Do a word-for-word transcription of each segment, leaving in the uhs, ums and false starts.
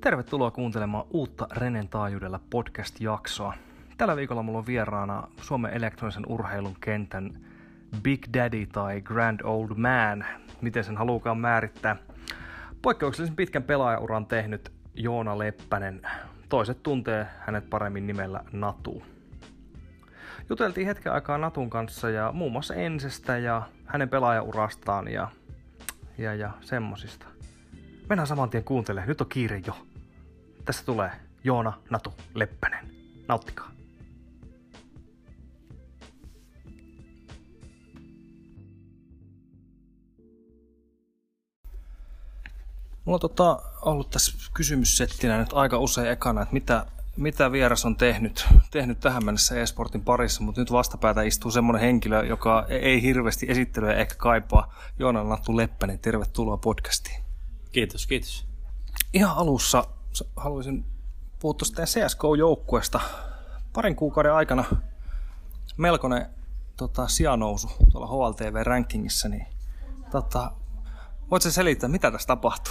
Tervetuloa kuuntelemaan uutta Renen taajuudella podcast-jaksoa. Tällä viikolla mulla on vieraana Suomen elektronisen urheilun kentän Big Daddy tai Grand Old Man, miten sen haluukaan määrittää. Poikkeuksellisen pitkän pelaajauran tehnyt Joona Leppänen. Toiset tuntee hänet paremmin nimellä Natu. Juteltiin hetken aikaa Natun kanssa ja muun muassa Ensestä ja hänen pelaajaurastaan ja, ja, ja semmosista. Mennään saman tien kuuntelemaan. Nyt on kiire jo. Tässä tulee Joona Natu Leppänen. Nauttikaa. Mulla on tota, ollut tässä kysymyssettinä nyt aika usein ekana, että mitä, mitä vieras on tehnyt, tehnyt tähän mennessä e-sportin parissa, mutta nyt vastapäätä istuu semmoinen henkilö, joka ei hirveästi esittelyä ehkä kaipaa. Joona Natu Leppänen, tervetuloa podcastiin. Kiitos, kiitos. Ihan alussa haluaisin puhua tuosta C S G O-joukkueesta. Parin kuukauden aikana melkoinen tota, sijanousu tuolla H L T V-rankingissa. Niin, tota, voitko selittää, mitä tässä tapahtuu?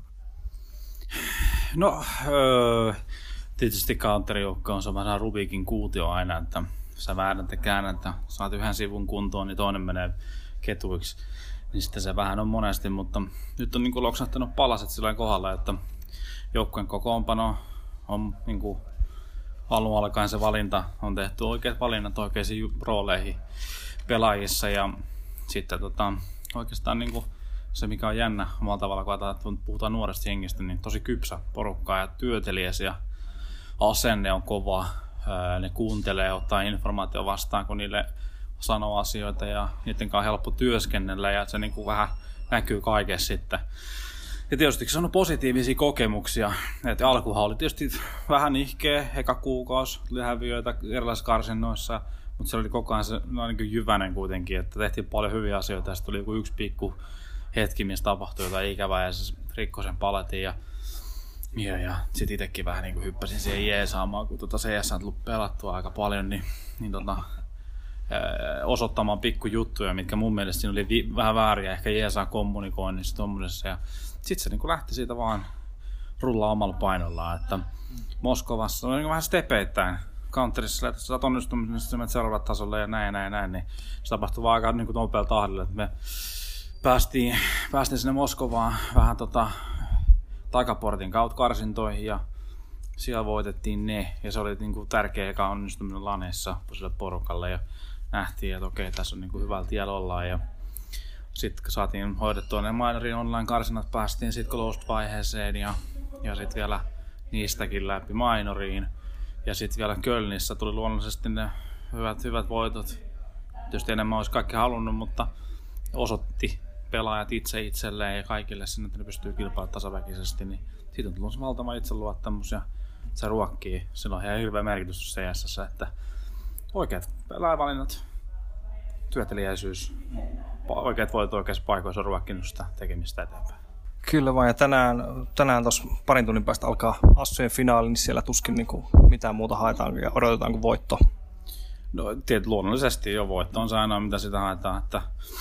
No, öö, tietysti counter-joukko on semmoinen Rubikin kuutio aina, että sä väännät ja käännät ja saat yhden sivun kuntoon, niin toinen menee ketuiksi. Niin sitten se vähän on monesti, mutta nyt on niin kuin loksahtanut palaset sillä kohdalla, että joukkueen kokoonpano on niin kuin alun alkaen se valinta, on tehty oikeat valinnat oikeisiin rooleihin pelaajissa ja sitten tota, oikeastaan niin kuin se mikä on jännä omalla tavalla, kun ajatellaan, että puhutaan nuoresta jengistä, niin tosi kypsä porukkaa ja työteliäs ja asenne on kova, ne kuuntelee, ottaa informaatio vastaan, kun niille sanoo asioita ja niiden kanssa on helppo työskennellä ja se niin kuin vähän näkyy kaikessa sitten. Ja tietysti se on positiivisia kokemuksia. Et alkuhan oli tietysti vähän ihkeä, eka kuukausi, häviöitä erilaisissa karsinnoissa, mutta se oli koko ajan se no, niin kuin jyvänen kuitenkin, että tehtiin paljon hyviä asioita ja sitten tuli joku yksi pikku hetki, missä tapahtui jotain ikävää ja se rikkoi sen paletin ja, ja, ja sitten itsekin vähän niin kuin hyppäsin siihen jeesaamaan, kun tuota C S on tullut pelattua aika paljon, niin, niin tota, osoittamaan pikkujuttuja, mitkä mun mielestä siinä oli vi- vähän vääriä, ehkä jeesaa kommunikoinnissa tuommoisessa. Ja sitten se niin lähti siitä vaan rullaa omalla painollaan, että Moskovassa on niin vähän stepeittäin. Counterissa, että sä oot onnistumisessa, sä menet seuraavalle tasolle ja näin ja näin ja näin, niin se tapahtui vaan aika niin nopealla tahdilla, että me päästiin, päästiin sinne Moskovaan vähän tota, takaportin kautta karsintoihin ja siellä voitettiin ne ja se oli niin kuin tärkeä eka onnistuminen laneessa sille porukalle ja nähtiin, että okei, tässä on niin kuin hyvällä tiellä ollaan ja sitten saatiin hoidettua ne minorin online-karsinat, päästiin sitten closed-vaiheeseen ja, ja sitten vielä niistäkin läpi minoriin ja sitten vielä Kölnissä tuli luonnollisesti ne hyvät, hyvät voitot. Tietysti enemmän olisi kaikki halunnut, mutta osoitti pelaajat itse itselleen ja kaikille sinne, että ne pystyy kilpailemaan tasaväkisesti, niin siitä on tullut valtava itseluottamus ja se ruokkii. Sillä on ihan hirveä merkitys C S:ssä, että oikeat pelaajavalinnat, työteliäisyys, oikeat voitot oikeassa paikoissa on ruokkinut sitä tekemistä eteenpäin. Kyllä vaan, ja tänään, tänään tuossa parin tunnin päästä alkaa Assujen finaali, niin siellä tuskin niin kuin mitään muuta haetaan ja odotetaan kuin voitto. No tietysti luonnollisesti jo voitto on se ainoa, mitä sitä haetaan, että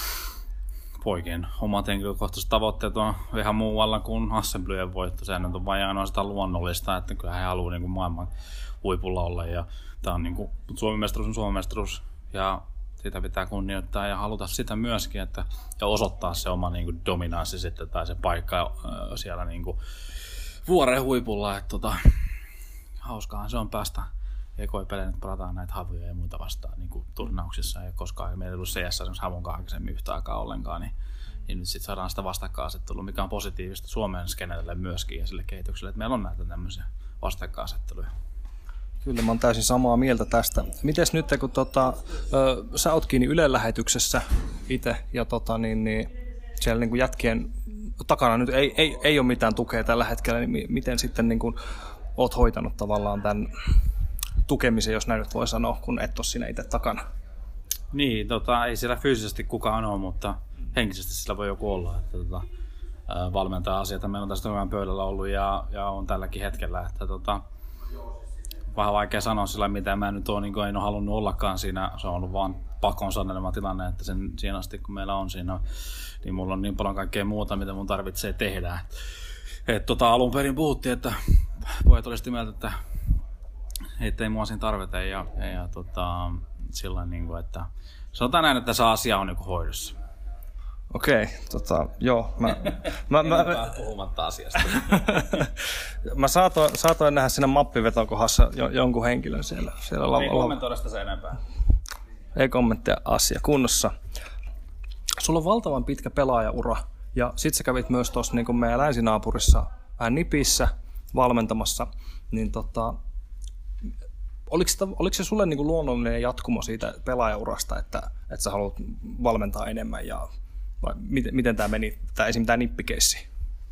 poikien omat henkilökohtaiset tavoitteet on ihan muualla kuin Assemblyjen voitto. Sehän on vain ainoastaan luonnollista, että kyllä he haluaa niin kuin maailman huipulla olla. Ja tämä on niin kuin, Suomen mestaruus on Suomen mestaruus ja sitä pitää kunnioittaa ja haluta sitä myöskin, että, ja osoittaa se oma niin kuin dominanssi sitten tai se paikka siellä niin kuin vuoren huipulla. Että, tota, hauskaahan se on päästä ekoi-pelejä, että pelataan näitä havuja ja muita vastaan niin kuin turnauksissa. Ja koska meillä ei ollut C S esimerkiksi havunkaan aikaisemmin yhtä aikaa ollenkaan, niin, niin nyt sitten saadaan sitä vastakkainasettelua, mikä on positiivista Suomen skenelle myöskin ja sille kehitykselle, että meillä on näitä tämmöisiä vastakkainasetteluja. Kyllä, mä oon täysin samaa mieltä tästä. Mites nyt, kun tota, ö, sä oot kiinni Yle-lähetyksessä itse ja tota, niin, niin, siellä niin kuin jätkien takana nyt ei, ei, ei ole mitään tukea tällä hetkellä, niin miten sitten niin kuin, oot hoitanut tavallaan tämän tukemisen, jos näin nyt voi sanoa, kun et ole siinä itse takana? Niin, tota, ei siellä fyysisesti kukaan ole, mutta henkisesti sillä voi joku olla. Että, tota, valmentaja-asioita meillä on tästä hyvän pöydällä ollut ja, ja on tälläkin hetkellä. Että, tota, vähän vaikea sanoa sillä, mitä mä nyt ole, niin en ole halunnut ollakaan siinä. Se on ollut vaan pakon sanelema tilanne, että sen, siinä asti kun meillä on siinä, niin mulla on niin paljon kaikkea muuta, mitä mun tarvitsee tehdä. Et, tota, alun perin puhuttiin, että pojat oli sitä mieltä, että ei mua siinä tarvita ja, ja, ja tota, sillä niin kuin, että sanotaan näin, että se asia on niin kuin hoidossa. Okei, tota, joo. Mä, mä, mä, mä, puhumatta asiasta. mä saatoin, saatoin nähdä siinä mappivetokohdassa jo, jonkun henkilön siellä. siellä ei la- kommentoida sitä sen enempää. Ei kommentteja, asia kunnossa. Sulla on valtavan pitkä pelaajaura ja sit sä kävit myös tuossa niin meidän länsinaapurissa vähän Nipissä valmentamassa. Niin tota, oliko, sitä, oliko se sulle niin kuin luonnollinen jatkumo siitä pelaajaurasta, että, että sä haluat valmentaa enemmän ja vai miten, miten tämä meni, tämä esimerkiksi tämä nippikeissi?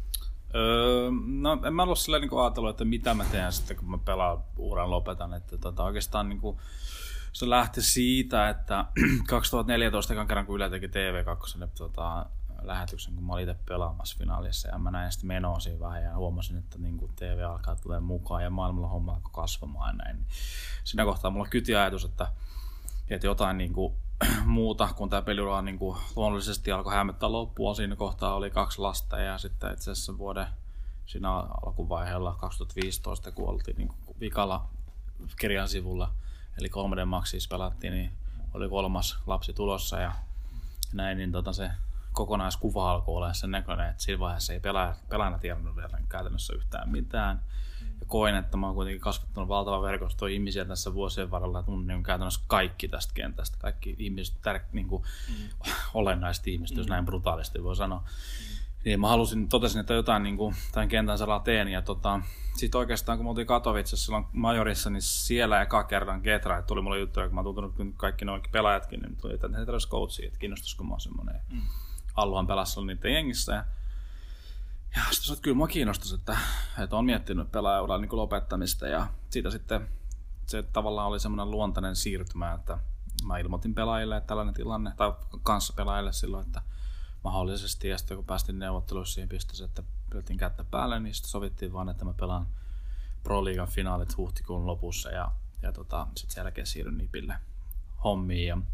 Öö, no en mä ollut silleen niin ajatellut, että mitä mä teen sitten, kun mä pelaan uran lopetan. Että tota, oikeastaan niin kuin, se lähti siitä, että kaksituhattaneljätoista ekan kerran, kun Yle teki T V kaksi tota, lähetyksen, kun mä olin itse pelaamassa finaalissa ja mä näin sitten menoa siinä vähän ja huomasin, että niin kuin T V alkaa tulee mukaan ja maailmalla homma alkoi kasvamaan ja näin. Niin siinä kohtaa mulla kyti ajatus, että, että jotain niin kuin muuta, kun tämä peliura niin kuin luonnollisesti alkoi hämöttää loppua. Siinä kohtaa oli kaksi lasta ja sitten itse asiassa vuoden siinä alkuvaiheella kaksituhattaviisitoista, kun oltiin niin kuin vikalla kirjan sivulla, eli kolme D Maxissa pelattiin, niin oli kolmas lapsi tulossa ja näin, niin tota se kokonaiskuva alkoi olla sen näköinen, että siinä vaiheessa ei pelaa, pelaajana tiedä vielä käytännössä yhtään mitään. Ja koin, että mä oon kuitenkin kasvattanut valtavan verkostoa ihmisiä tässä vuosien varrella, että mun niin käytännössä kaikki tästä kentästä, kaikki ihmiset, tär, niin kuin, mm. olennaiset ihmiset, mm. jos näin brutaalisti voi sanoa. Mm. Niin mä halusin, totesin, että jotain niin kuin, tämän kentän saralla teen. Ja tota, sitten oikeastaan, kun me oltiin Katowicessa silloin Majorissa, niin siellä eka kerran Getra, että tuli mulle juttuja, kun mä oon tuntunut kaikki ne pelaajatkin, niin tuli, että he tarvitsisivat coachia, että kiinnostaisiko mä oon semmoinen. Mm. Alluhan pelasi niiden jengissä. Ja, ja sitten sanoin, että kyllä mua kiinnostaisi, että, että on miettinyt pelaajauralla niin lopettamista. Ja siitä sitten se tavallaan oli semmoinen luontainen siirtymä, että mä ilmoitin pelaajille, että tällainen tilanne, tai kanssa pelaajille silloin, että mahdollisesti, ja sitten kun päästiin neuvotteluissa siihen pisteeseen, että pidettiin kättä päälle, niin sitten sovittiin vaan, että mä pelaan Pro-liigan finaalit huhtikuun lopussa, ja, ja tota, sitten sen jälkeen siirryn Nipille hommiin. Ja,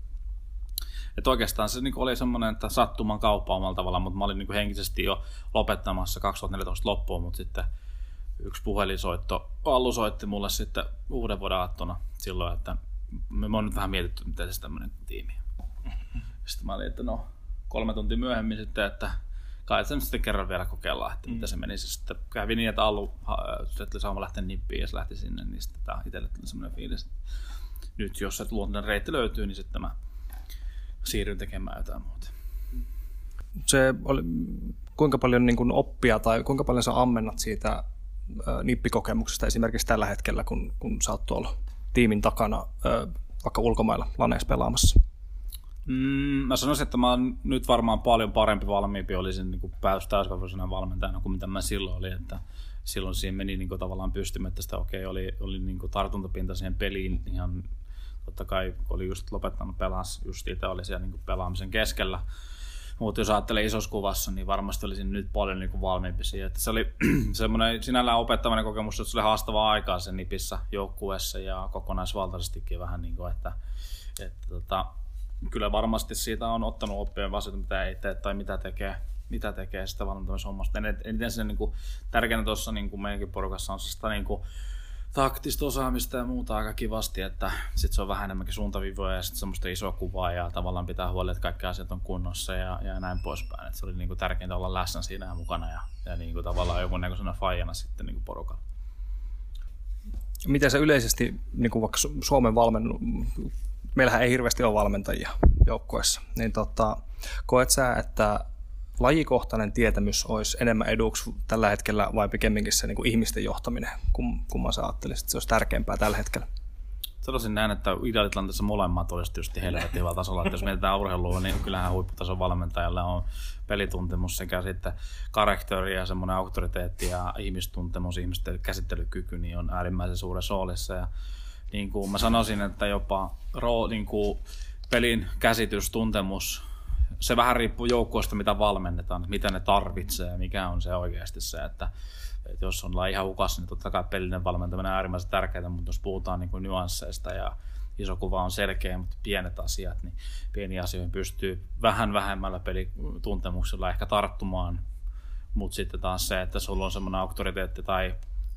että oikeastaan se niin oli semmoinen, että sattuman kauppa omalla tavallaan, mutta mä olin niin henkisesti jo lopettamassa kaksituhattaneljätoista loppuun, mutta sitten yksi puhelinsoitto, Allu soitti mulle sitten uuden vuoden aattona silloin, että me on nyt vähän mietitty, miten se tämmöinen tiimi. Sitten mä olin, että no, kolme tuntia myöhemmin sitten, että kai sen sitten kerran vielä kokeillaan, että mm. mitä se menisi. Sitten kävi niin, että Allu oli saama lähteä Nippiin ja se lähti sinne, niin sitten tämä itselle tuli semmoinen fiilis, että nyt jos se luontainen reitti löytyy, niin sitten mä siirryn tekemään jotain muuta. Se oli, kuinka paljon niin kuin oppia tai kuinka paljon sä ammennat siitä ä, nippikokemuksesta esimerkiksi tällä hetkellä, kun, kun sä oot tuolla tiimin takana ä, vaikka ulkomailla laneissa pelaamassa? Mm, mä sanoisin, että mä oon nyt varmaan paljon parempi valmiimpi olisin niin täyspäiväisenä valmentajana kuin mitä mä silloin olin. Että silloin siihen meni niin kuin, tavallaan pystymättä sitä, okei, okay, oli, oli niin kuin tartuntapinta siihen peliin ihan totta kai, kun oli just lopettanut pelas, just itse oli siellä niin kuin pelaamisen keskellä. Mutta jos ajattelee isossa kuvassa, niin varmasti olisin nyt paljon niin kuin valmiimpi siihen. Että se oli semmoinen sinällään opettavainen kokemus, että se oli haastavaa aikaa sen Nipissä joukkueessa ja kokonaisvaltaisestikin vähän niin kuin, että, että tota, kyllä varmasti siitä on ottanut oppia asioita, mitä ei tee tai mitä tekee, mitä tekee sitä valmentamishommasta. Eniten se niin kuin, tärkeintä tuossa niin kuin meidänkin porukassa on sitä niin kuin, taktista osaamista ja muuta aika kivasti, että sit se on vähän enemmänkin suuntaviivoja ja sitten semmoista isoa kuvaa ja tavallaan pitää huolella, että kaikki asiat on kunnossa ja, ja näin poispäin. Et se oli niin kuin tärkeintä olla läsnä siinä ja mukana ja, ja niin kuin tavallaan joku näköisenä faijana sitten niin kuin porukalla. Miten se yleisesti, niin kuin vaikka Suomen valmennu, meillähän ei hirveästi ole valmentajia joukkueessa, niin tota, koet sä, että lajikohtainen tietämys olisi enemmän eduksi tällä hetkellä vai pikemminkin se niin kuin ihmisten johtaminen, kun, kun sä ajattelisit, että se olisi tärkeämpää tällä hetkellä? Sanoisin näin, että ideaalitilanteessa molemmat olisi tietysti helvetin hyvällä tasolla. Että jos mietitään urheilua, niin kyllähän huipputason valmentajalla on pelituntemus sekä sitten karakteeri ja semmoinen auktoriteetti ja ihmistuntemus, ihmisten käsittelykyky niin on äärimmäisen suuressa roolissa. Ja niin kuin mä sanoisin, että jopa roo, niin kuin pelin käsitys, tuntemus, se vähän riippuu joukkueesta, mitä valmennetaan, mitä ne tarvitsee ja mikä on se oikeasti se, että, että jos on ihan hukassa, niin totta kai pelinen valmentaminen on äärimmäisen tärkeää, mutta jos puhutaan niin kuin nyansseista ja iso kuva on selkeä, mutta pienet asiat, niin pieniin asioihin pystyy vähän vähemmällä pelituntemuksella ehkä tarttumaan, mutta sitten taas se, että sulla on semmoinen auktoriteetti tai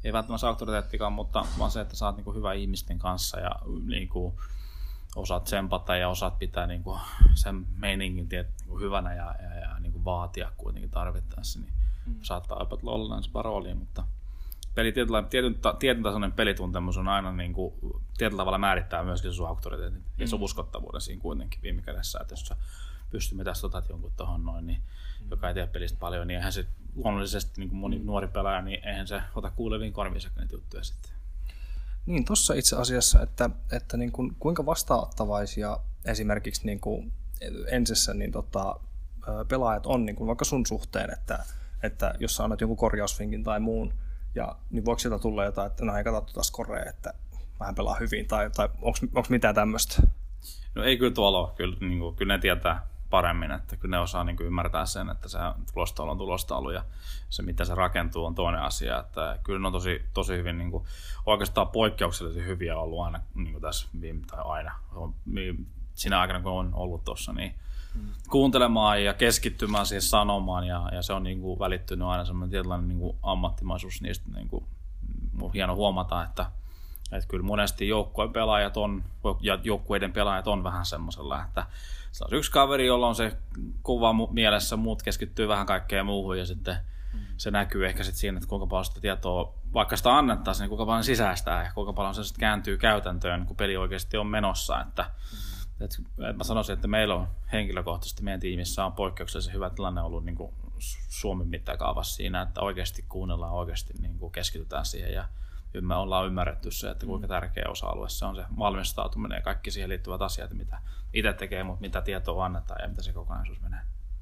ei välttämättä auktoriteettikaan, mutta vaan se, että sä oot niinku hyvä ihmisten kanssa ja niinku osaat tsempata ja osaat pitää niinku sen meiningin tiet, niinku hyvänä ja, ja, ja niinku vaatia kuitenkin tarvittaessa, niin mm. saattaa opetella olennaisempaa roolia, mutta peli, tietyn, tietyn, tietyn tasoinen pelituntemus on aina niinku, tietyllä tavalla määrittää myöskin sun auktoriteetin mm. ja sun uskottavuuden siinä kuitenkin viime kädessä, että jos sä pystyt mitä sä otat jonkun tohon noin, niin mm. joka ei tiedä pelistä paljon, niin eihän se luonnollisesti niin kuin moni mm. nuori pelaaja, niin eihän se ota kuuleviin korviinsa niitä juttuja sitten. Niin, tuossa itse asiassa, että, että niin kuin, kuinka vastaanottavaisia esimerkiksi niin kuin ensissä niin tota, pelaajat on niin kuin vaikka sun suhteen, että, että jos sä annat jonkun korjausvinkin tai muun, ja, niin voiko sieltä tulla jotain, että no ei katsottu taas korea, että vähän pelaa hyvin, tai, tai onko mitään tämmöistä? No ei kyllä tuolla ole, kyllä, niin kuin, kyllä ne tietää paremmin, että kyllä ne osaa niin kuin ymmärtää sen, että se tulostaulu on tulostaulu ja se, mitä se rakentuu, on toinen asia. Että kyllä ne on tosi, tosi hyvin, niin kuin, oikeastaan poikkeuksellisen hyviä ollut aina niin kuin tässä viime, tai aina, siinä aikana kun on ollut tuossa, niin mm. kuuntelemaan ja keskittymään siihen sanomaan ja, ja se on niin kuin välittynyt aina semmoinen tietynlainen niin kuin ammattimaisuus niistä. Niin kuin, on hieno huomata, että että kyllä monesti joukkueen pelaajat on, ja joukkueiden pelaajat on vähän semmoisella, että se on yksi kaveri, jolla on se kuva mielessä, muut keskittyy vähän kaikkeen muuhun, ja sitten mm. se näkyy ehkä sitten siinä, että kuinka paljon sitä tietoa, vaikka sitä annettaisiin, niin kuinka paljon sisäistää, ja kuinka paljon se sitten kääntyy käytäntöön, kun peli oikeasti on menossa. Että, mm. että, että mä sanoisin, että meillä on henkilökohtaisesti meidän tiimissä on poikkeuksellisen hyvä tilanne ollut niin kuin Suomen mittakaavassa siinä, että oikeasti kuunnellaan, oikeasti niin kuin keskitytään siihen, ja me ollaan ymmärretty se, että kuinka tärkeä osa-alue se on se valmistautuminen ja kaikki siihen liittyvät asiat, mitä itse tekee, mutta mitä tietoa annetaan ja mitä se kokonaisuus menee.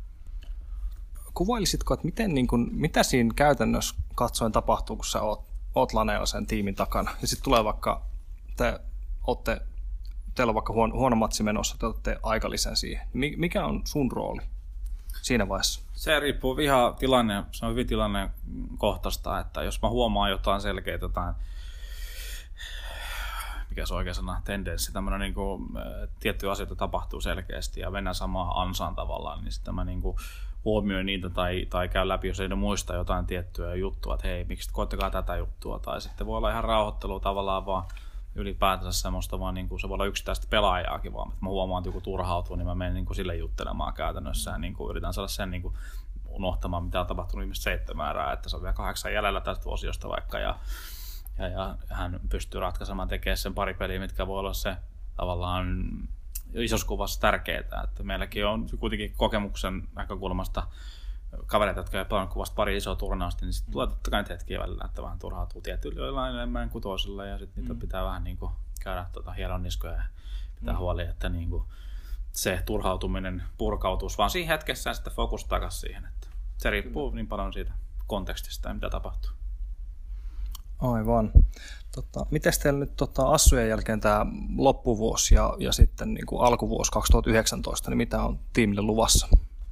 Kuvailisitko, että miten, niin kun, mitä siinä käytännössä katsoen tapahtuu, kun sä oot, oot Laneella sen tiimin takana, ja sitten tulee vaikka, te ootte, teillä on vaikka huono, huono matsi menossa, te otatte aikalisen siihen. Mikä on sun rooli siinä vaiheessa? Se riippuu ihan tilanne, se on hyvin tilannekohtaista, että jos mä huomaan jotain selkeää, jotain, mikä se oikea sana, tendenssi, tämmöinen niin kuin, tiettyjä asioita tapahtuu selkeästi ja mennään samaan ansaan tavallaan, niin sitten mä niin kuin huomioin niitä tai, tai käyn läpi, jos ei ne muista jotain tiettyä juttua, että hei, miksi koettakaa tätä juttua, tai sitten voi olla ihan rauhoittelua tavallaan vaan ylipäätänsä semmoista vaan niin kuin, se voi olla yksittäistä pelaajaakin vaan, että mä huomaan, että joku turhautuu, niin mä menen niin kuin sille juttelemaan käytännössä ja niin kuin yritän saada sen niin kuin unohtamaan, mitä on tapahtunut ihmistä seitsemän erää, että se on vielä kahdeksan jäljellä tästä osiosta vaikka ja, ja, ja hän pystyy ratkaisemaan tekemään sen pari peliä, mitkä voi olla se tavallaan isossa kuvassa tärkeää, että meilläkin on kuitenkin kokemuksen näkökulmasta kavereita, jotka ei pelannut kuvasta pari isoa turnausta, niin sitten tulee totta kai hetkiä välillä, että vähän turhautuu tietyillä joillain enemmän kuin toisilla, ja sitten niitä mm. pitää vähän niin kuin käydä tuota hieron niskoja ja pitää mm. huoli, että niin kuin se turhautuminen purkautuisi vaan siinä hetkessä ja sitten fokus takaisin siihen. Että se riippuu mm. niin paljon siitä kontekstista ja mitä tapahtuu. Aivan. Tota, miten teillä nyt tota, Assujen jälkeen tämä loppuvuosi ja, ja sitten niin kuin alkuvuosi kaksituhattayhdeksäntoista, niin mitä on tiimille luvassa?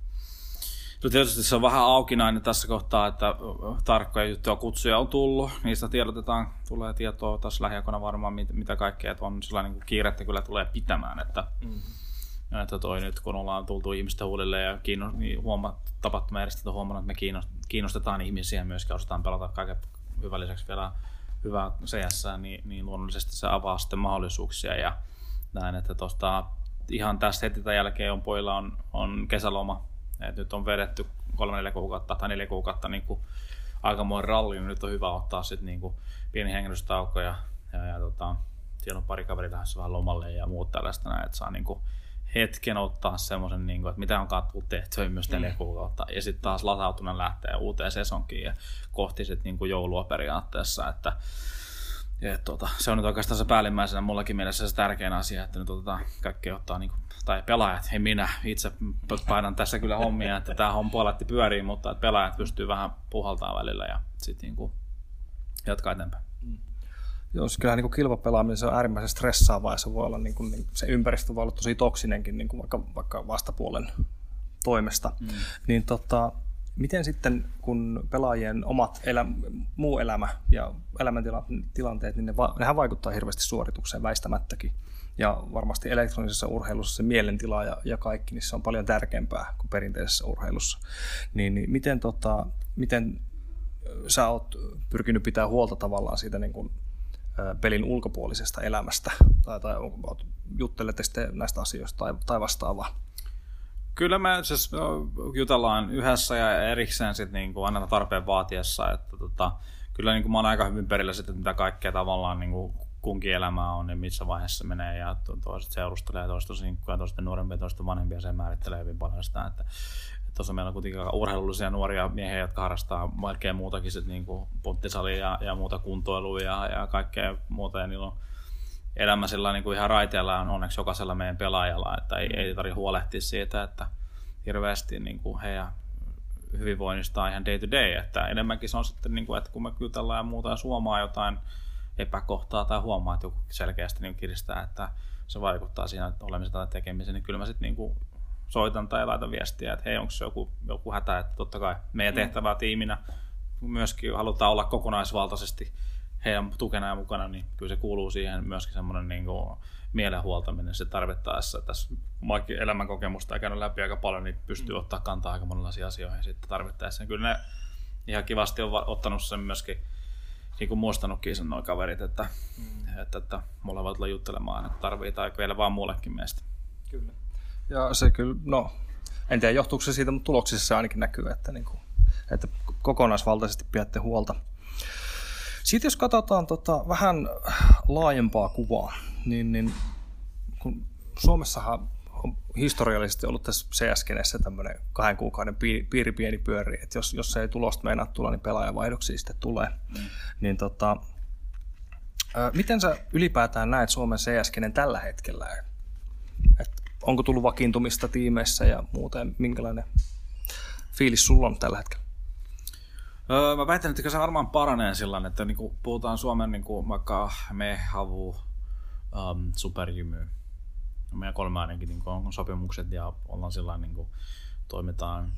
No tietysti se on vähän aukinainen tässä kohtaa, että tarkkoja juttuja kutsuja on tullut. Niistä tiedotetaan, tulee tietoa tässä lähiaikoina varmaan, mitä kaikkea, että on sellainen niin kiirettä kyllä tulee pitämään. Että, mm-hmm. että toi nyt kun ollaan tultu ihmisten huolille ja kiinno, niin huomat, tapahtumajärjestöt on huomannut, että me kiinnostetaan ihmisiä myöskin, osataan pelata kaiken hyvän lisäksi vielä hyvää C S, niin, niin luonnollisesti se avaa sitten mahdollisuuksia ja näin, että tosta, ihan tästä heti tämän jälkeen on pojilla on, on kesäloma. Et nyt on vedetty kolme neljä kuukautta tai neljä kuukautta niin kuin aikamoinen ralli, niin nyt on hyvä ottaa sitten niin kuin pieni hengähdystauko ja, ja, ja tota, siellä on pari kaveria lähdössä vähän lomalle ja muut tällaista näin, että saa niin kuin hetken ottaa semmoisen, niin kuin, että mitä on tullut tehtyä myös neljä kuukautta ja sitten taas latautuneen lähtee uuteen sesonkiin ja kohti sitten niin kuin joulua periaatteessa, että ja, tuota, se on nyt oikeastaan se päällimmäisenä mullakin mielessä se tärkein asia, että nyt otetaan kaikkea ottaa, niin kuin, tai pelaajat, ei minä itse painan tässä kyllä hommia, että tämä homma puolatti pyörii, mutta että pelaajat pystyy vähän puhaltamaan välillä ja sitten niin jatkaa eteenpäin. Joo, kyllähän niin kilpapelaaminen se on äärimmäisen stressaavaa ja se voi olla, niin kuin, niin se ympäristö voi olla tosi toksinenkin niin kuin vaikka, vaikka vastapuolen toimesta. Mm. Niin tota, miten sitten, kun pelaajien omat elä, muu elämä ja elämäntilanteet, niin ne va, nehän vaikuttaa hirveästi suoritukseen väistämättäkin. Ja varmasti elektronisessa urheilussa se mielentila ja, ja kaikki, niin se on paljon tärkeämpää kuin perinteisessä urheilussa. Niin, niin miten, tota, miten sä oot pyrkinyt pitää huolta tavallaan siitä niin kuin pelin ulkopuolisesta elämästä, tai, tai jutteletteko te näistä asioista tai, tai vastaavaa? Kyllä me siis jutellaan yhdessä ja erikseen sit niinku aina tarpeen vaatiessa, että tota, kyllä niinku mä oon aika hyvin perillä sitten, mitä kaikkea tavallaan niinku kunkin elämää on ja missä vaiheessa menee, ja toiset seurustelee, toiset on sinkkuja, toiset nuorempia, toiset vanhempia, se määrittelee hyvin paljon sitä, että tuossa meillä on kuitenkin urheilullisia nuoria miehiä, jotka harrastaa melkein muutakin sit niinku pottisalia ja, ja muuta kuntoilua ja, ja kaikkea muuta, ja niillä on elämä sillä niinku ihan raiteella on onneksi jokaisella meidän pelaajalla, että ei, ei tarvitse huolehtia siitä, että hirveästi niinku heidän hyvinvoinnista on ihan day to day, että enemmänkin se on sitten, niinku, että kun me jutellaan ja muuta ja suomaa jotain epäkohtaa tai huomaa, että joku selkeästi niinku kiristää, että se vaikuttaa siinä olemisen tai tekemiseen, niin kyllä mä sitten niinku soitan tai laitan viestiä, että hei, onko se joku, joku hätä, että totta kai meidän tehtävää tiiminä myöskin halutaan olla kokonaisvaltaisesti heidän tukena ja mukana, niin kyllä se kuuluu siihen myöskin semmoinen niin kuin mielenhuoltaminen se tarvittaessa. Tässä vaikka elämänkokemusta on käynyt läpi aika paljon, niin pystyy mm. ottaa kantaa aika monenlaisiin asioihin sitten tarvittaessa. Kyllä ne ihan kivasti on ottanut sen myöskin, niin kuin muistanutkin sen nuo kaverit, että, mm. että, että mulla voi tulla juttelemaan aina kun tarvii tai vielä vaan muullekin meistä. Kyllä. Ja se kyllä, no en tiedä johtuuko se siitä, mutta tuloksissa se ainakin näkyy, että, niin kuin, että kokonaisvaltaisesti pidätte huolta. Sitten jos katsotaan tota vähän laajempaa kuvaa, niin, niin kun Suomessahan on historiallisesti ollut tässä C S-kenessä tämmöinen kahden kuukauden piiri, piiri pieni pyöri, että jos, jos ei tulosta meinaa tulla, niin pelaajavaihdoksia sitten tulee. Mm. Niin tota, ää, miten sä ylipäätään näet Suomen C S-kenen tällä hetkellä? Et onko tullut vakiintumista tiimeissä ja muuten? Minkälainen fiilis sulla on tällä hetkellä? Öö, mä väitän, että se varmaan paranee sillä että niinku puhutaan Suomen niinku, vaikka me, Havu, um, Superjymy. Meidän kolme ainakin niinku, on sopimukset ja ollaan sillä niinku, toimitaan,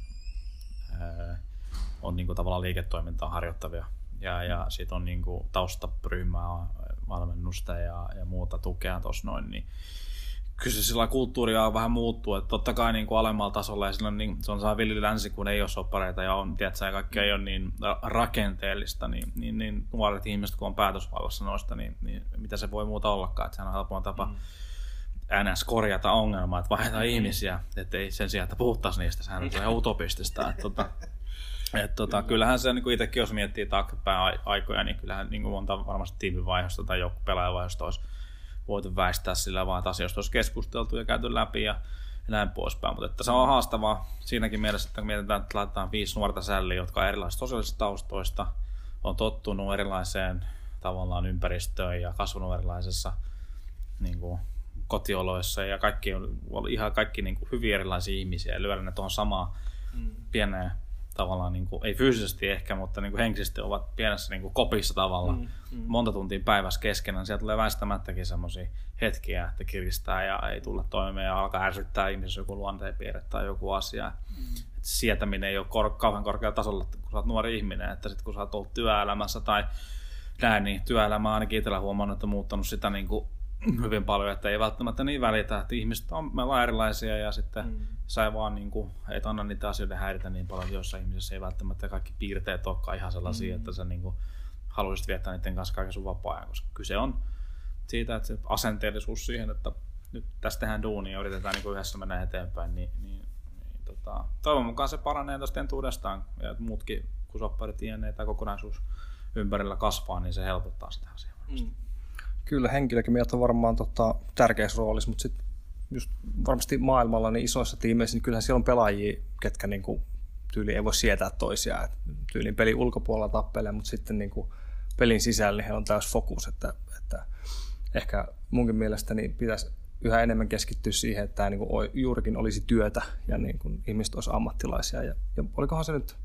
öö, on niinku, tavallaan liiketoimintaa harjoittavia. Ja, ja sit on niinku, taustaryhmää, valmennusta ja, ja muuta tukea tuossa noin. Niin kyllä se sillä kulttuuria vähän muuttuu, että totta kai niin kuin alemmalla tasolla ja silloin, niin, se on saa villi länsi, kun ei ole soppareita ja on, tiedätkö, ja kaikki ei ole niin rakenteellista, niin, niin, niin nuoret ihmiset, kun on päätösvallassa noista, niin, niin mitä se voi muuta ollakaan, että sehän on helpoin tapa mm. ns. Korjata ongelmaa, että vaihdetaan mm. ihmisiä, ettei sen sijaan, että puhuttaisiin niistä, sehän on ihan utopistista, että tota, et, tota, kyllähän se niin kuin itsekin, jos miettii taaksepäin aikoja, niin kyllähän niin kuin monta varmasti tiimivaihosta tai joku pelaajavaihosta olisi voitu väistää sillä vaan, että asioista olisi keskusteltu ja käyty läpi ja näin poispäin. Mutta että se on haastavaa siinäkin mielessä, että mietitään, että laitetaan viisi nuorta sälliä, jotka on erilaisista sosiaalisista taustoista, on tottunut erilaiseen tavallaan ympäristöön ja kasvanut erilaisessa niin kuin, kotioloissa ja kaikki on ihan kaikki niin kuin, hyvin erilaisia ihmisiä ja lyödä ne tuohon samaan mm. pieneen tavallaan, niin kuin, ei fyysisesti ehkä, mutta niin kuin henkisesti ovat pienessä niin kuin kopissa tavallaan mm, mm. monta tuntia päivässä keskenään. Sieltä tulee väistämättäkin semmoisia hetkiä, että kiristää ja ei tulla toimeen ja alkaa ärsyttää ihmisessä joku luonteenpiirre tai joku asia. Mm. Et sietäminen ei ole kor- kauhean korkealla tasolla, kun sä oot nuori ihminen, että sit kun sä oot ollut työelämässä tai näin, niin työelämä ainakin itsellä huomannut, että on muuttanut sitä niin kuin hyvin paljon, että ei välttämättä niin välitä, että ihmiset on, me ollaan erilaisia ja sitten mm. sä ei vaan niin kuin, et anna niitä asioita häiritä niin paljon, joissa ihmisessä ei välttämättä kaikki piirteet olekaan ihan sellaisia, mm. että sä niin kuin haluaisit viettää niiden kanssa kaiken sun vapaa-ajan, koska kyse on siitä, että se asenteellisuus siihen, että nyt tästä tehdään duunia ja yritetään niin kuin yhdessä mennä eteenpäin, niin, niin, niin tota, toivon mukaan se paranee tästä entuudestaan ja muutkin, kun sopparit iänneet tai kokonaisuus ympärillä kasvaa, niin se helpottaa sitä asiaa. Mm. Kyllä henkilökemiat on varmaan tota, tärkeässä roolissa, mutta sitten just varmasti maailmalla niin isoissa tiimeissä, niin kyllähän siellä on pelaajia, ketkä niinku, tyyliin ei voi sietää toisiaan. Et tyyliin pelin ulkopuolella tappelee, mutta sitten niinku, pelin sisällä niin heillä on täys fokus. Että, että ehkä munkin mielestäni pitäisi yhä enemmän keskittyä siihen, että tämä niinku, juurikin olisi työtä ja niinku, ihmiset olisivat ammattilaisia. Ja, ja olikohan se nyt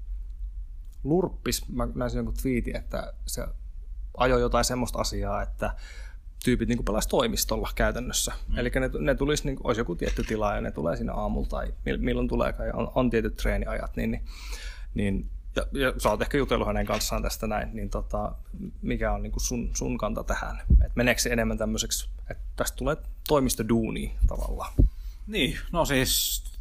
Lurppis, mä näin jonkun twiitin, että se ajoi jotain semmoista asiaa, että tyypit niin pelaisi toimistolla käytännössä. Mm. Eli ne, ne tulisi, niin kuin, olisi joku tietty tila ja ne tulee siinä aamulla tai milloin tuleekaan ja on, on tietyt treeniajat. Niin, niin, niin, ja, ja sä oot ehkä jutellut hänen kanssaan tästä näin, niin tota, mikä on niin kuin sun, sun kanta tähän? Et meneekö se enemmän tämmöiseksi, että tästä tulee toimistoduunia tavallaan? Niin, no siis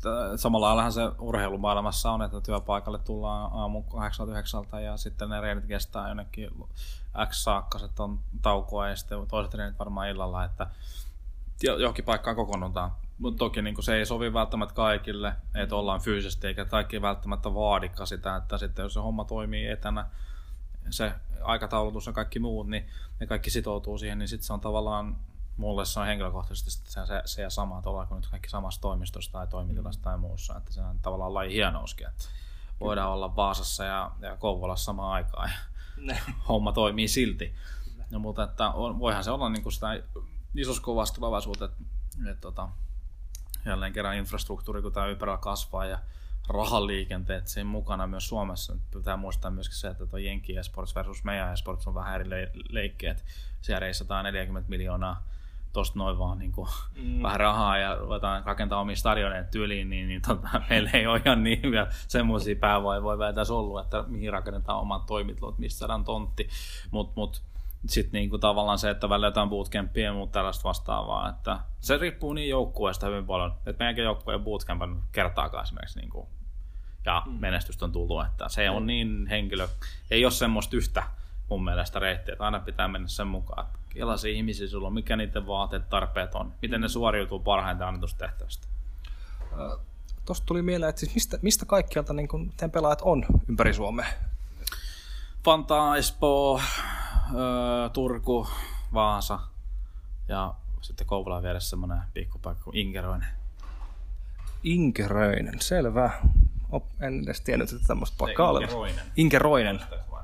samalla laillahan se urheilumaailmassa on, että työpaikalle tullaan aamu kahdeksan yhdeksältä ja sitten ne reenit kestää jonnekin X saakka, että on taukoa ja sitten toiset reenit varmaan illalla, että johonkin paikkaan kokoonnutaan. Mutta toki niin se ei sovi välttämättä kaikille, että ollaan fyysisesti eikä kaikki välttämättä vaadikka sitä, että sitten jos se homma toimii etänä, se aikataulutus ja kaikki muut, niin ne kaikki sitoutuu siihen, niin sitten se on tavallaan, mulle se on henkilökohtaisesti se, se, se ja sama, että ollaanko nyt kaikki samassa toimistossa tai toimitilassa tai muussa, että se on tavallaan laji hienouskin, että voidaan olla Vaasassa ja, ja Kouvolassa samaan aikaan ja homma toimii silti. No, mutta että on, voihan se olla niin kuin sitä isossa kovassa tulevaisuutta, että, että tota, jälleen kerran infrastruktuuri, kun tämä ympärillä kasvaa ja rahaliikenteet siinä mukana myös Suomessa. Pitää muistaa myöskin se, että tuo Jenki eSports versus meidän eSports on vähän eri le- leikkeet. Siellä reisataan neljäkymmentä miljoonaa tosta noin vaan niin kuin mm. vähän rahaa ja ruvetaan rakentaa omia stadioneita tyyliin, niin, niin tota, meillä ei ole ihan niin vielä semmoisia päävaivoja tässä ollut, että mihin rakennetaan omat toimitlot, mistä saadaan tontti. Mutta mut, sitten niinku tavallaan se, että välillä jotain bootcampia ja muuta tällaista vastaavaa, että se riippuu niin joukkueesta hyvin paljon, että meidänkin joukkue ei bootcamp kertaakaan esimerkiksi niinku, ja mm. menestystä on tullut, että se on niin henkilö, ei ole semmoista yhtä mun mielestä reittiä, että aina pitää mennä sen mukaan, että millaisia ihmisiä sulla on, mikä niiden vaateet, tarpeet on, miten ne suoriutuu parhaiten annetusta tehtävästä. Äh, Tuosta tuli mieleen, että siis mistä, mistä kaikkialta niin kun teidän pelaajat on ympäri Suomea? Vantaa, Espoo, öö, Turku, Vaasa ja sitten Kouvolan vieressä semmoinen pikkupaikka kuin Inkeroinen. Inkeroinen, selvä. Op, en edes tiennyt, että tämmöistä paikkaa on. Inkeroinen. Inkeroinen.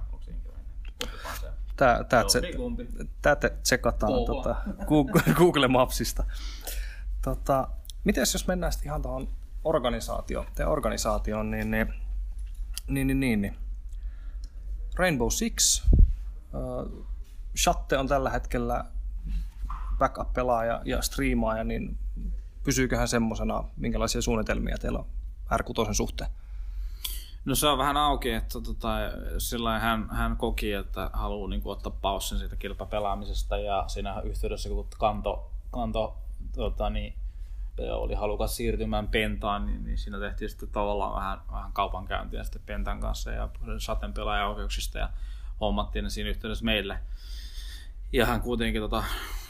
Tää, tää, tse, tää te tsekataan tota, Google, Google Mapsista. Tota, mites jos mennään sitten ihan tuohon organisaatioon, teidän organisaatioon, niin, niin, niin, niin, niin, niin. Rainbow Six, uh, Shatte on tällä hetkellä backup-pelaaja ja striimaaja, niin pysyyköhän semmosena, minkälaisia suunnitelmia teillä on R kuusi suhteen? No se on vähän auki, että tota, silloin hän, hän koki, että haluaa niin kuin, ottaa paussin siitä kilpapelaamisesta ja siinä yhteydessä kun kanto, kanto tota, niin, oli halukas siirtymään Pentaan, niin, niin siinä tehtiin sitten tavallaan vähän, vähän kaupankäyntiä sitten Pentan kanssa ja Shaten pelaajaoikeuksista ja hommattiin ne siinä yhteydessä meille. Ja hän kuitenkin tota,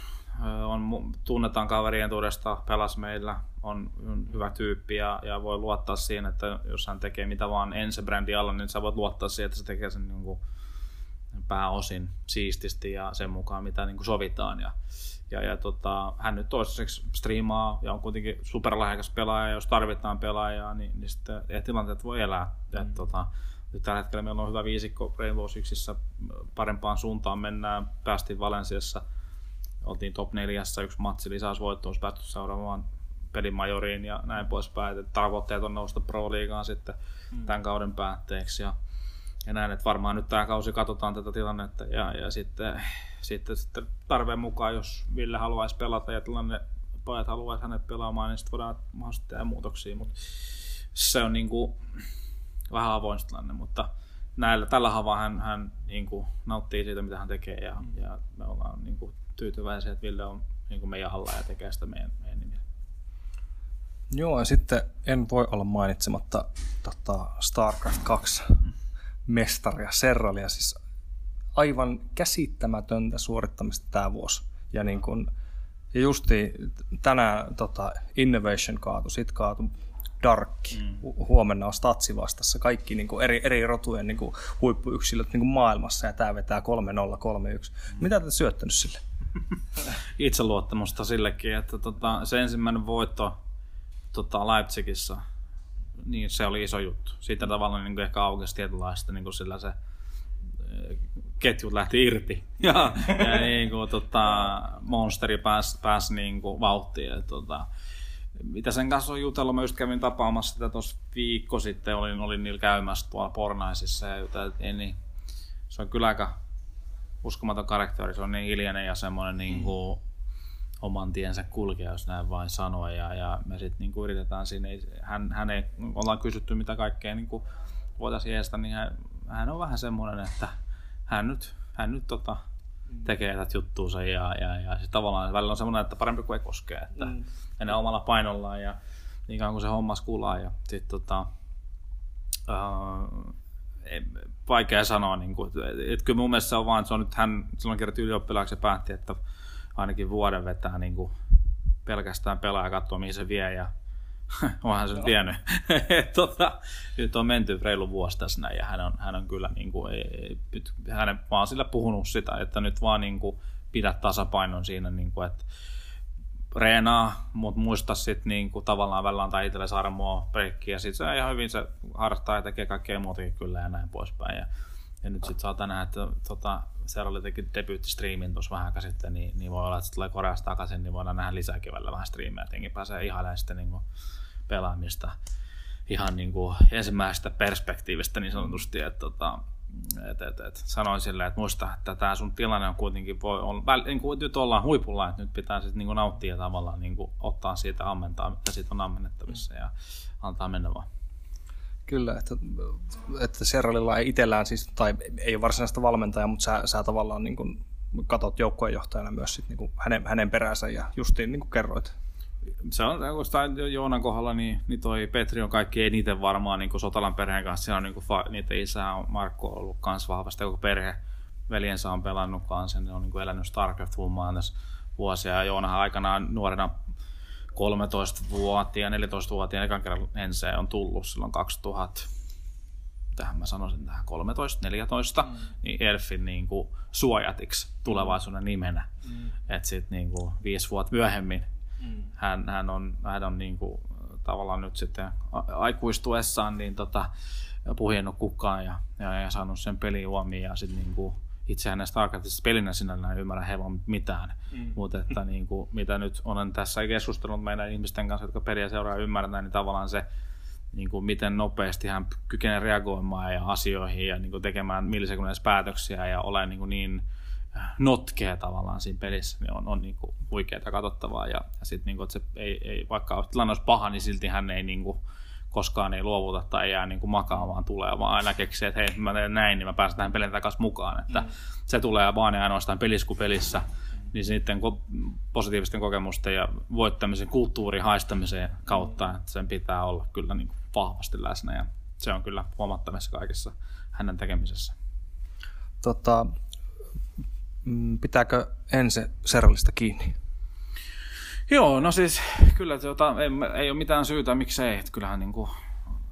on, tunnetaan kaverien tuudesta, pelasi meillä, on, on hyvä tyyppi ja, ja voi luottaa siihen, että jos hän tekee mitä vaan Ense-brändin alla, niin sä voit luottaa siihen, että se tekee sen niin kuin pääosin siististi ja sen mukaan, mitä niin kuin sovitaan. Ja, ja, ja tota, hän nyt toistaiseksi striimaa ja on kuitenkin superlahjakas pelaaja, jos tarvitaan pelaajaa, niin, niin sitten tilanteet voi elää. Mm. Ja, tota, nyt tällä hetkellä meillä on hyvä viisikko Rainbow Sixissä, parempaan suuntaan mennään, päästiin Valensiassa, oltiin top neljässä, yksi matsi lisäysvoittoon, päästy seuraamaan pelimajoriin ja näin poispäin. Et tavoitteet on nousta Pro-liigaan sitten mm. tämän kauden päätteeksi. Ja, ja näin, että varmaan nyt tämä kausi katsotaan tätä tilannetta ja, ja sitten, sitten, sitten tarpeen mukaan, jos Ville haluaisi pelata ja tilanne pojat haluaisi hänet pelaamaan, niin sitten voidaan mahdollisesti tehdä muutoksia. Mut se on niin kuin vähän avoin tilanne, mutta näillä, tällä havaa hän, hän niin kuin nauttii siitä, mitä hän tekee ja, mm. ja me ollaan niin kuin tyytyväisiä, että Ville on niin kuin meidän alla ja tekee sitä meidän, meidän nimiä. Joo, ja sitten en voi olla mainitsematta tota, StarCraft kaksi mestaria Serralia, siis aivan käsittämätöntä suorittamista tämä vuosi. Ja, niin kun, ja justi tänään tota, Innovation kaatu, sit kaatu Darkki, mm. huomenna on Statsi vastassa, kaikki niin kuin eri, eri rotujen niin kuin huippuyksilöt niin kuin maailmassa, ja tämä vetää kolme nolla kolme yksi. Mm. Mitä te syöttänyt sille? Itseluottamusta sillekin, että tota, se ensimmäinen voitto tota, Leipzigissä, niin se oli iso juttu. Siitä tavallaan niin kuin ehkä aukesi tietynlaista, niin kuin sillä se ketjut lähti irti ja, ja niin kuin, tota, monsteri pääsi pääs, niin kuin vauhtiin. Ja, tota, mitä sen kanssa on jutellut, mä just kävin tapaamassa sitä tuossa viikko sitten, olin, olin niillä käymässä tuolla Pornaisissa ja juteltiin, niin se on kyllä aika uskomaton karakteri, se on niin hiljainen ja semmoinen niin kuin mm. oman tiensä kulkea, jos näin vain sanoa, ja, ja me sitten niin yritetään siinä, hän, hän ei, ollaan kysytty mitä kaikkea niin voitaisiin edestä, niin hän, hän on vähän semmoinen, että hän nyt, hän nyt tota, tekee tätä juttuunsa, ja, ja, ja sit tavallaan välillä on semmoinen, että parempi kuin ei koskee, että mm. enää omalla painollaan, ja, niin kauan kuin se hommas kulaa. Ja sit, tota, uh, vaikea sanoa, niin kuin, että, että kyllä mun mielestä se on vaan, että se on nyt hän silloin kerran ylioppilaaksi päätti, että ainakin vuoden vetää niin kuin pelkästään pelaa ja katsoo, mihin se vie, ja onhan se nyt vienyt. tota, nyt on menty reilu vuosi tässä näin, ja hän on, hän on kyllä, niin kuin, ei, hänen, mä oon sillä puhunut sitä, että nyt vaan niin kuin, pidä tasapainon siinä, niin kuin, että reenaa, mutta muista sitten niin kuin, tavallaan välillä antaa itsellesi armoa, breikkiä, ja sitten se ihan hyvin se harrastaa ja tekee kaikkea muutakin kyllä ja näin poispäin. Ja, ja nyt sitten saattaa nähdä, että tota, Serralli teki debyyttistriimin tuossa vähän aikaa sitten, niin, niin voi olla, että se tulee Koreasta takaisin, niin voidaan nähdä lisääkin välillä vähän striimejä, jotenkin pääsee ihailemaan sitten niin kuin pelaamista ihan niin kuin ensimmäisestä perspektiivistä niin sanotusti, että tota, et, et, et. sanoin silleen, että muista, että tämä sun tilanne on kuitenkin, voi olla, niin kuin nyt ollaan huipulla, että nyt pitää sitten niin kuin nauttia ja tavallaan niin kuin ottaa siitä ammentaa, mitä siitä on ammennettavissa ja antaa mennä vaan. Kyllä, että, että Serralilla ei itsellään siis, tai ei ole varsinaista valmentajaa, mutta sä, sä tavallaan niin kuin katot joukkueenjohtajana myös sit niin kuin hänen, hänen peränsä ja justiin niin kuin kerroit. Se on oikeastaan Joonan kohdalla, niin, niin toi Petri on kaikki eniten varmaan niin kuin Sotalan perheen kanssa. Siellä on niin kuin fa- niiden isä on Markko ollut kanssa vahvasti, koko perhe. Veljensä on pelannut kanssa, ne on niin kuin elänyt StarCraft-hummaan tässä vuosia. Ja Joonahan aikanaan nuorena kolmetoistavuotiaana, neljätoistavuotiaana ekan kerran enseen on tullut silloin kaksituhatta. Tähän mä sanoisin tähän kolmetoista neljätoista, mm. niin Elfin niin kuin suojatiksi tulevaisuuden nimenä. Mm. Että sitten niin kuin viisi vuotta myöhemmin mm. hän, hän on, hän on niin kuin, tavallaan nyt sitten aikuistuessaan niin tota, puhjennut kukkaan ja, ja, ja saanut sen pelin uomiin ja sitten niin kuin itsehän näistä StarCraftista pelinä sinällään ei ymmärrä hevon mitään, mm. mutta että niin kuin, mitä nyt olen tässä keskustellut meidän ihmisten kanssa, jotka peliä seuraa ja ymmärretään, niin tavallaan se, niin kuin miten nopeasti hän kykenee reagoimaan ja asioihin ja niin kuin tekemään millisekunnissa päätöksiä ja olemaan niin, niin notkea tavallaan siinä pelissä, niin on, on niin kuin huikeaa katsottavaa. Ja, ja sitten, niin kuin, että se ei, ei, vaikka tilanne olisi paha, niin silti hän ei niin kuin, koskaan ei luovuta tai ei jää niin kuin makaamaan tulee, vaan aina keksii, että hei, mä teen näin, niin mä pääsen tähän pelin takaisin mukaan. Että mm. se tulee vaan ja ainoastaan pelissä kuin pelissä, niin sitten positiivisten kokemusten ja voittamisen kulttuurin haistamisen kautta, että sen pitää olla kyllä niin kuin vahvasti läsnä ja se on kyllä huomattavissa kaikessa hänen tekemisessä. Tota, pitääkö Ense Serrallista kiinni? Joo, no siis kyllä tuota, ei, ei ole mitään syytä, miksei. Että kyllähän niin kuin,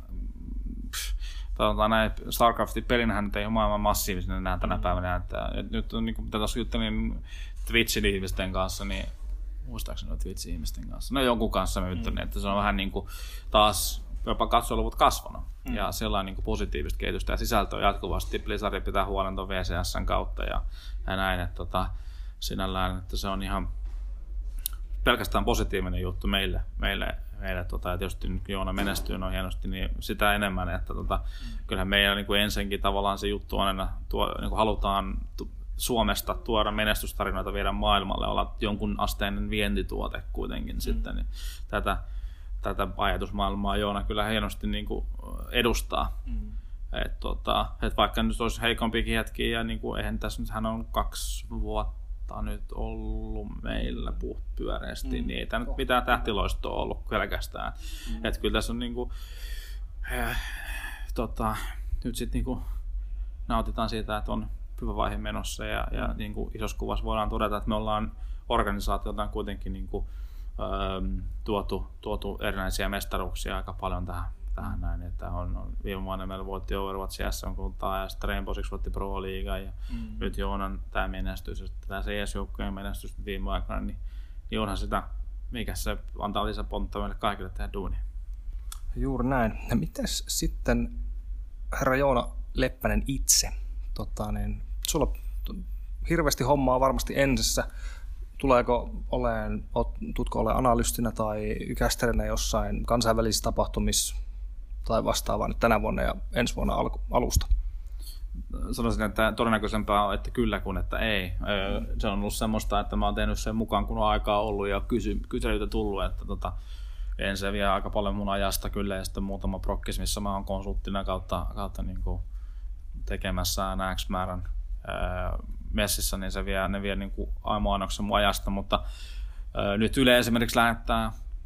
pff, näin, StarCraftin pelinähän nyt ei ole maailman massiivisen enää tänä päivänä. Että, että nyt on, niin kuin, mitä tuossa juttelin Twitchin ihmisten kanssa, niin muistaakseni on Twitchin ihmisten kanssa. No jonkun kanssa mä juttelin, mm. että se on vähän niin kuin taas jopa katsojaluvut kasvanut. Mm. Ja sellainen niin kuin positiivista kehitystä ja sisältöä jatkuvasti. Blizzard pitää huolen tuon V C S:n kautta ja, ja näin. Että, tota, sinällään, että se on ihan pelkästään positiivinen juttu meille, meille, meille tota, ja tietysti nyt Joona menestyy no hienosti, niin sitä enemmän, että tota, mm. kyllähän meillä niin kuin ensinkin tavallaan se juttu on aina, tuo, niin kuin halutaan tu- Suomesta tuoda menestystarinoita viedä maailmalle, olla jonkun asteinen vientituote kuitenkin mm. sitten, niin tätä, tätä ajatusmaailmaa Joona kyllä hienosti niin kuin edustaa. Mm. Et, tota, et vaikka nyt olisi heikompikin hetki, ja niin kuin, eihän tässä nyt, hän on kaksi vuotta nyt ollut meillä pyöreästi, mm. niin ei tämä nyt mitään tähtiloistoa ollut pelkästään. Mm. Että kyllä tässä on niinku, äh, tota, nyt sitten niinku nautitaan siitä, että on hyvä vaihe menossa ja, ja mm. niinku isossa kuvassa voidaan todeta, että me ollaan organisaatioltaan kuitenkin niinku, ähm, tuotu, tuotu erinäisiä mestaruuksia aika paljon tähän. Tähän näin, että on, on, viime vuonna meillä voitti Overwatch S M-kultaa ja sitten Rainbow Six voitti Pro Leaguea ja mm. nyt Joonan tämä menestys ja tämä C S-joukkojen menestys viime aikana, niin, niin onhan sitä, mikä se antaa lisäponttaa meille kaikille tehdä duunia. Juuri näin. Ja mites sitten herra Joona Leppänen itse? Tota, niin, sulla hirveästi hommaa varmasti ensessä. Tuleeko oleen, tutko olemaan analystina tai kästerinä jossain kansainvälisissä tapahtumissa tai vastaavaa nyt tänä vuonna ja ensi vuonna al- alusta? Sanoisin, että todennäköisempää on, että kyllä kuin että ei. Se on ollut semmoista, että mä oon tehnyt sen mukaan, kun on aikaa ollut ja kysy- kyselyitä tullut, että tota, en se vie aika paljon mun ajasta kyllä ja sitten muutama prokkis, missä mä oon konsulttina kautta, kautta niin kuin tekemässä X määrän ää, messissä, niin se vie, ne vie niin kuin aimoannoksen mun ajasta, mutta ää, nyt Yle esimerkiksi lähettää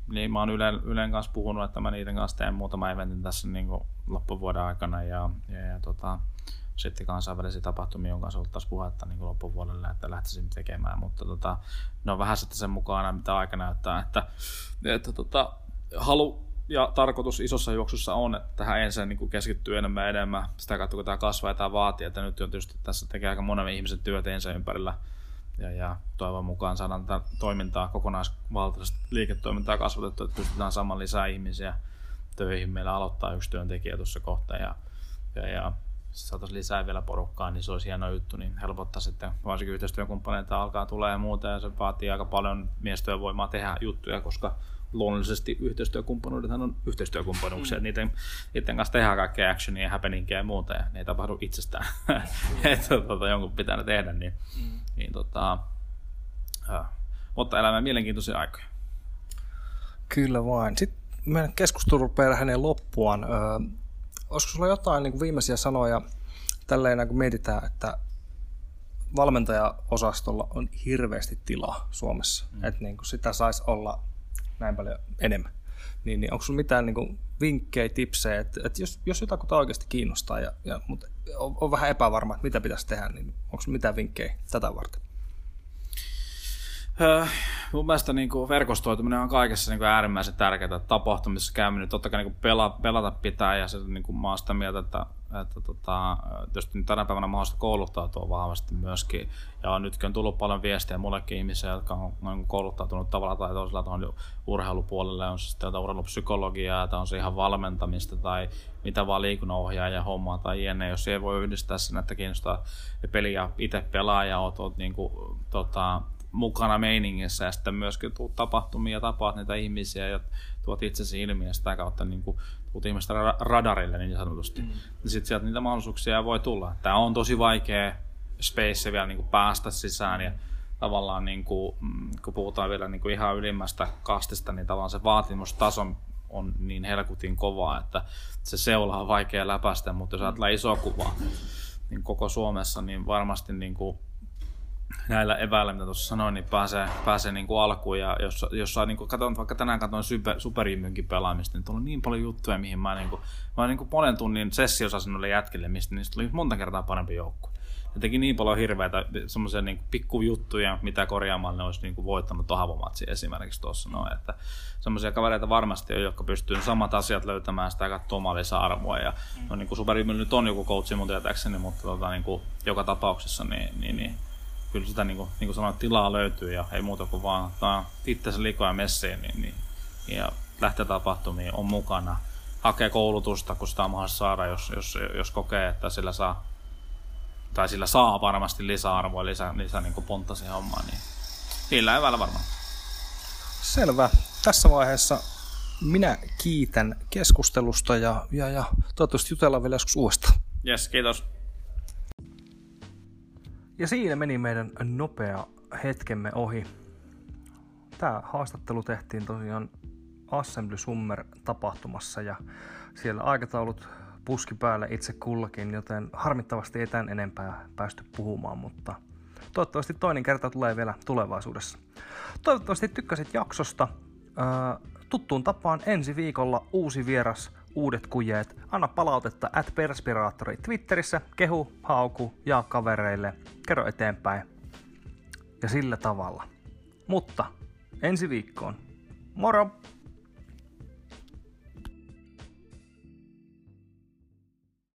niin mä oon Ylen, Ylen kanssa puhunut, että mä niiden kanssa teen muutama eventin tässä niin kuin loppuvuoden aikana ja, ja, ja tota, sitten kansainvälisiä tapahtumia, jonka kanssa oltaisiin puhetta niin loppuvuodelle, että lähtisin tekemään, mutta tota, ne on vähän sitten sen mukana, mitä aika näyttää, että, että tota, halu ja tarkoitus isossa juoksussa on, että tähän ensin niin keskittyy enemmän enemmän sitä kautta, kun tämä kasvaa ja tämä vaatii, että nyt on tietysti tässä tekee aika monen ihmisen työt ensin ympärillä ja, ja toivon mukaan saadaan tätä toimintaa, kokonaisvaltaisesti liiketoimintaa kasvatettua, että pystytään saamaan lisää ihmisiä töihin. Meillä aloittaa yksi työntekijä tuossa kohta ja, ja, ja saataisiin lisää vielä porukkaa, niin se olisi hieno juttu, niin helpottaa sitten, varsinkin yhteistyökumppaneita alkaa tulee ja muuta, ja se vaatii aika paljon miestyövoimaa tehdä juttuja, koska luonnollisesti yhteistyökumppanuudethan on yhteistyökumppanuuksia, mm. niiden, niiden kanssa tehdään kaikkea actionia ja happeningia ja muuta, ja ne ei tapahdu itsestään, että tota, jonkun pitää ne tehdä, niin, mm. niin tota, ja, mutta elämään mielenkiintoisia aikoja. Kyllä vain. Sitten meidän keskustelu rupeaa hänen loppuaan. Öö, olisiko sulla jotain niin kuin viimeisiä sanoja tälleen, kun mietitään, että valmentajaosastolla on hirveästi tilaa Suomessa, mm. että niin kuin sitä saisi olla näin paljon enemmän. Niin, niin onko sinulla mitään niin kuin vinkkejä, tipsejä, että, että jos, jos jotakuta oikeasti kiinnostaa, ja, ja, mutta on, on vähän epävarma, että mitä pitäisi tehdä, niin onko sinulla mitään vinkkejä tätä varten? Öö, mun mielestä niin kuin verkostoituminen on kaikessa niin kuin äärimmäisen tärkeää. Tapahtumissa käyminen, totta kai niin kuin pela, pelata pitää, ja se, niin kuin mä oon sitä mieltä, että, että tota, tietysti nyt tänä päivänä mahdollista kouluttautua vahvasti myöskin. Ja nytkin on tullut paljon viestejä mullekin ihmisiä, jotka on, on kouluttautunut tavalla tai toisella tuohon urheilupuolelle. On se sitten urheilupsykologiaa, tai on se ihan valmentamista tai mitä vaan liikunnanohjaaja hommaa tai jne. Jos ei voi yhdistää sen, että kiinnostaa peliä itse pelaa ja oot, oot niin kuin, tota, mukana meiningissä ja sitten myöskin tuut tapahtumia ja tapaat niitä ihmisiä ja tuot itsesi ilmi ja sitä kautta niin kuin, tuut ihmistä radarille niin sanotusti. Mm. Ja sitten sieltä niitä mahdollisuuksia voi tulla. Tämä on tosi vaikea space vielä niin kuin päästä sisään ja tavallaan niin kuin, kun puhutaan vielä niin kuin ihan ylimmästä kastista, niin tavallaan se vaatimustaso on niin helkutin kovaa, että se seula on vaikea läpäistä, mutta jos ajatellaan iso kuvaa niin koko Suomessa, niin varmasti niin kuin näillä eväillä, mitä tuossa sanoin, niin pääsee, pääsee niin kuin alkuun. Ja jos, jos saa, niin kuin, katon, vaikka tänään katsoin super, superjymynkin pelaamista, niin tuolla on niin paljon juttuja, mihin mä, niin kuin, mä niin kuin monen tunnin sessiosasin noille jätkille, mistä niistä tuli monta kertaa parempi joukkue. Ne teki niin paljon hirveitä semmoisia niin pikkujuttuja, mitä korjaamaan ne olisi niin kuin voittanut tuon Havomatsin esimerkiksi tuossa. No, että semmoisia kavereita varmasti on, jotka pystyy samat asiat löytämään sitä ja katsomaan lisäarvoa. Ja, mm. no, niin kuin superjymyllä nyt on joku coachi mun tietääkseni, mutta tota, niin kuin, joka tapauksessa niin, niin, niin kyllä sitä, niin kuin, niin kuin sanoin, tilaa löytyy ja ei muuta kuin vaan ottaa itsensä likoja messiin niin, niin, ja lähtee tapahtumiin, on mukana, hakee koulutusta, kun sitä on mahdollista saada, jos, jos, jos kokee, että sillä saa, tai sillä saa varmasti lisäarvoa, lisää, lisää niin kuin pontta siihen hommaan, niin niillä eväillä varmaan. Selvä. Tässä vaiheessa minä kiitän keskustelusta ja, ja, ja toivottavasti jutellaan vielä joskus uudestaan. Jes, kiitos. Ja siinä meni meidän nopea hetkemme ohi. Tämä haastattelu tehtiin tosiaan Assembly Summer-tapahtumassa ja siellä aikataulut puski päälle itse kullakin, joten harmittavasti ei tämän enempää päästy puhumaan, mutta toivottavasti toinen kerta tulee vielä tulevaisuudessa. Toivottavasti tykkäsit jaksosta. Tuttuun tapaan ensi viikolla uusi vieras, uudet kujeet. Anna palautetta at Perspiraattori Twitterissä, kehu, hauku, jaa kavereille, kerro eteenpäin. Ja sillä tavalla. Mutta ensi viikkoon. Moro!